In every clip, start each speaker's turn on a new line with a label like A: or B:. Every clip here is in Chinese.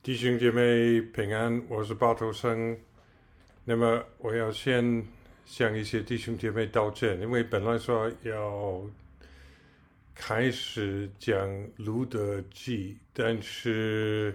A: 弟兄姐妹平安，我是巴头生。那么我要先向一些弟兄姐妹道歉，因为本来说要开始讲路德记，但是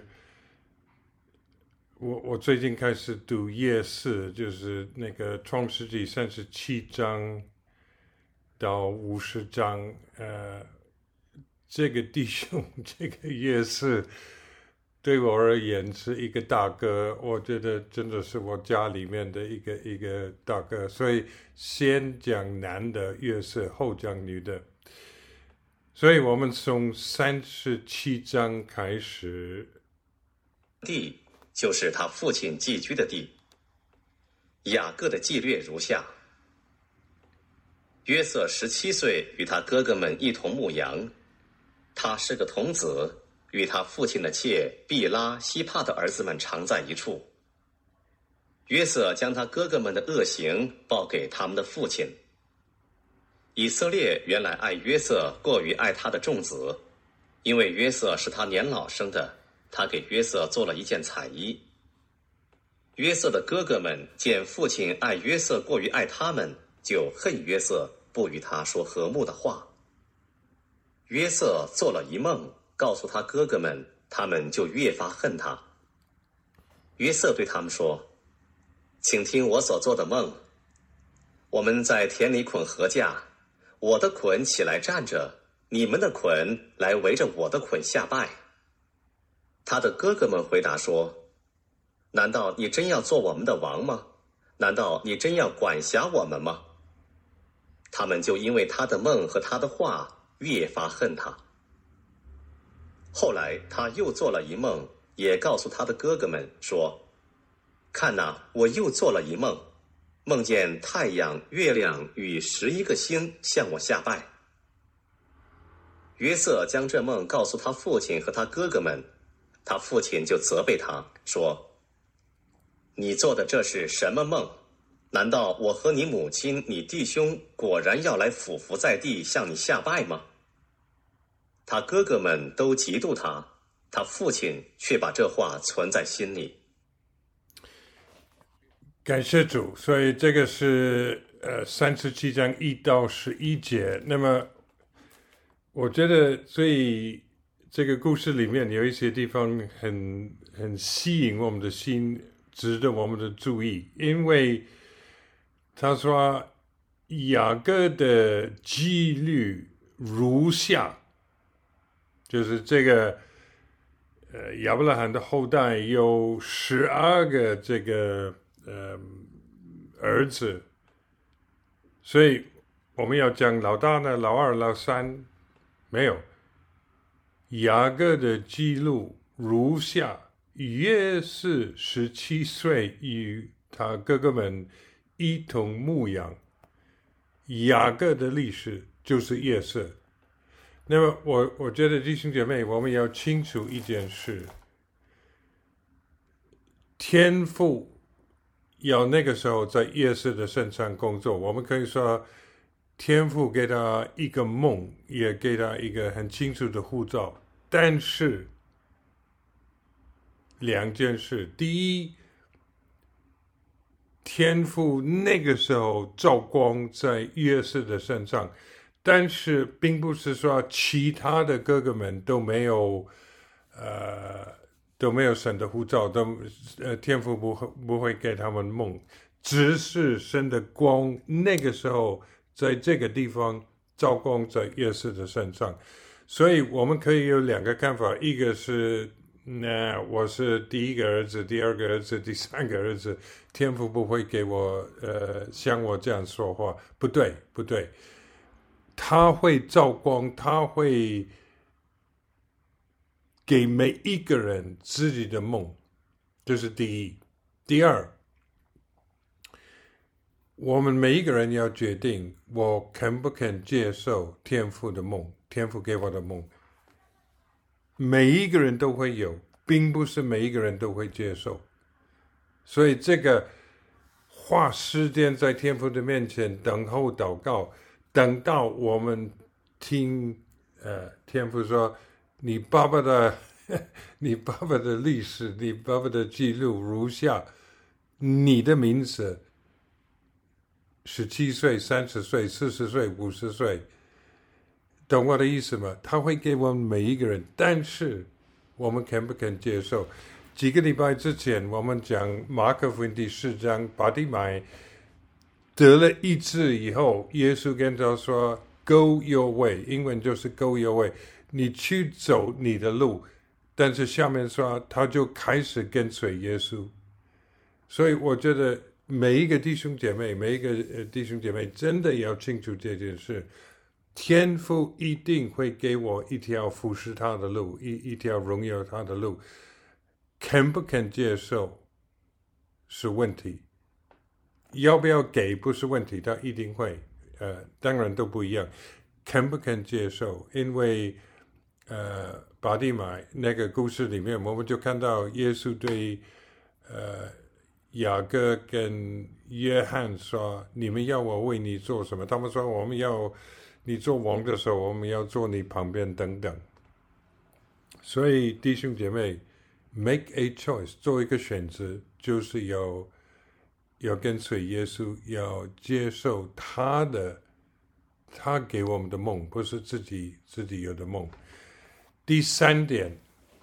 A: 我最近开始读夜市，就是那个创世纪37章到50章，这个弟兄这个夜市对我而言是一个大哥，我觉得真的是我家里面的一个大哥，所以先讲男的月色，后讲女的。所以我们从37章开始。
B: 地就是他父亲寄居的地。雅各的纪略如下：约瑟17岁，与他哥哥们一同牧羊，他是个童子，与他父亲的妾毕拉、希帕的儿子们常在一处。约瑟将他哥哥们的恶行报给他们的父亲。以色列原来爱约瑟过于爱他的众子，因为约瑟是他年老生的，他给约瑟做了一件彩衣。约瑟的哥哥们见父亲爱约瑟过于爱他们，就恨约瑟，不与他说和睦的话。约瑟做了一梦，告诉他哥哥们，他们就越发恨他。约瑟对他们说：请听我所做的梦。我们在田里捆禾架，我的捆起来站着，你们的捆来围着我的捆下拜。他的哥哥们回答说：难道你真要做我们的王吗？难道你真要管辖我们吗？他们就因为他的梦和他的话越发恨他。后来他又做了一梦，也告诉他的哥哥们说：看哪，我又做了一梦，梦见太阳、月亮与11个星向我下拜。约瑟将这梦告诉他父亲和他哥哥们，他父亲就责备他说：你做的这是什么梦？难道我和你母亲、你弟兄果然要来俯伏在地向你下拜吗？他哥哥们都嫉妒他，他父亲却把这话存在心里。
A: 感谢主，所以这个是37章1到11节。那么我觉得，所以这个故事里面有一些地方很吸引我们的心，值得我们的注意，因为他说雅各的纪律如下，就是这个亚伯拉罕的后代有12个这个儿子，所以我们要讲老大呢、老二、老三没有。雅各的记录如下：约是17岁，与他哥哥们一同牧羊。雅各的历史就是约瑟。那么我觉得弟兄姐妹，我们要清楚一件事：天父要那个时候在约瑟的身上工作。我们可以说，天父给他一个梦，也给他一个很清楚的呼召。但是两件事：第一，天父那个时候照光在约瑟的身上，但是并不是说其他的哥哥们都没有神的呼召，天父不会给他们梦，只是神的光那个时候在这个地方照光在约瑟的身上。所以我们可以有两个看法，一个是我是第一个儿子、第二个儿子、第三个儿子，天父不会给我像我这样说话，不对，他会照光，他会给每一个人自己的梦，这是第一。第二，我们每一个人要决定我肯不肯接受天父的梦，天父给我的梦。每一个人都会有，并不是每一个人都会接受。所以这个花时间在天父的面前等候祷告，等到我们听天父说你爸爸的你爸爸的历史，你爸爸的记录如下：你的名字17岁、30岁、40岁、50岁，懂我的意思吗？他会给我们每一个人，但是我们肯不肯接受？几个礼拜之前，我们讲马可福音第4章，巴底买得了医治以后，耶稣跟他说 "Go your way"， 英文就是 "Go your way"， 你去走你的路。但是下面说，他就开始跟随耶稣。所以我觉得每一个弟兄姐妹，真的要清楚这件事。天父一定会给我一条服侍他的路，一条荣耀他的路。肯不肯接受是问题，要不要给不是问题，他一定会。当然都不一样。肯不肯接受？因为巴底买那个故事里面，我们就看到耶稣对雅各跟约翰说：“你们要我为你做什么？”他们说：“我们要你做王的时候，我们要坐你旁边等等。”所以弟兄姐妹 ，make a choice， 做一个选择，就是要跟随耶稣，要接受他给我们的梦，不是自己有的梦。第三点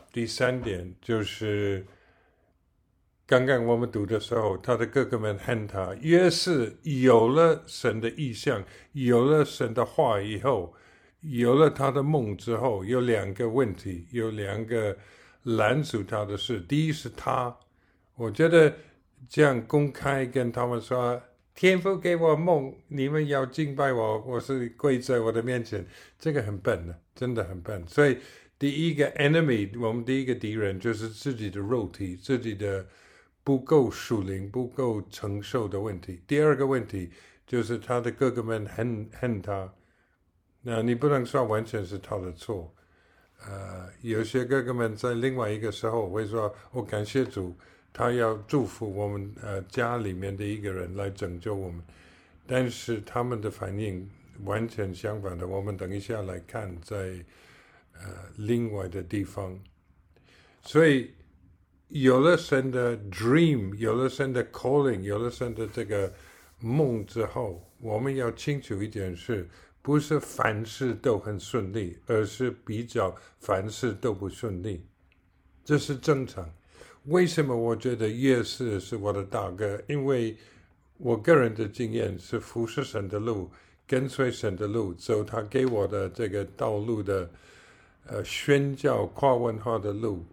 A: 就是刚刚我们读的时候，他的哥哥们恨他。约是有了神的意象，有了神的话以后，有了他的梦之后，有两个问题，有两个拦阻他的事。第一是我觉得这样公开跟他们说，天父给我梦，你们要敬拜我，我是跪在我的面前，这个很笨的，真的很笨。所以第一个 enemy， 我们第一个敌人就是自己的肉体，自己的不够属灵、不够承受的问题。第二个问题就是他的哥哥们恨他，那你不能说完全是他的错。有些哥哥们在另外一个时候会说：“我感谢主，他要祝福我们家里面的一个人来拯救我们。”但是他们的反应完全相反的。我们等一下来看在另外的地方。所以有了神的 dream， 有了神的 calling， 有了神的这个梦之后，我们要清楚一点是，不是凡事都很顺利，而是比较凡事都不顺利，这是正常。为什么我觉得约瑟是我的大哥？因为我个人的经验是服侍神的路，跟随神的路，走他给我的这个道路的宣教跨文化的路。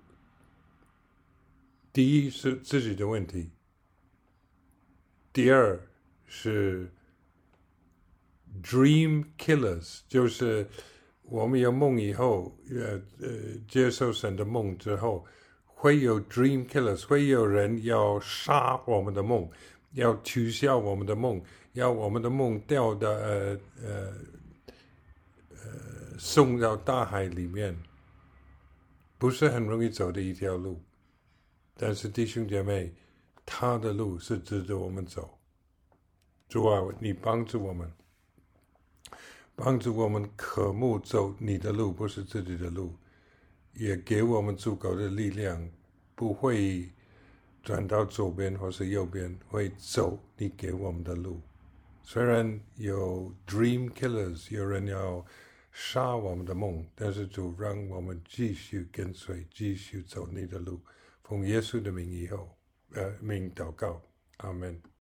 A: 第一是自己的问题，第二是 dream killers， 就是我们有梦以后，接受神的梦之后，会有 dream killers， 会有人要杀我们的梦，要取消我们的梦，要我们的梦掉到送到大海里面，不是很容易走的一条路。但是弟兄姐妹，他的路是值得我们走。主啊，你帮助我们渴慕走你的路，不是自己的路，也给我们足够的力量，不会转到左边或是右边，会走你给我们的路。虽然有 dream killers， 有人要杀我们的梦，但是主让我们继续跟随，继续走你的路。奉耶稣的名以后，名祷告，阿们。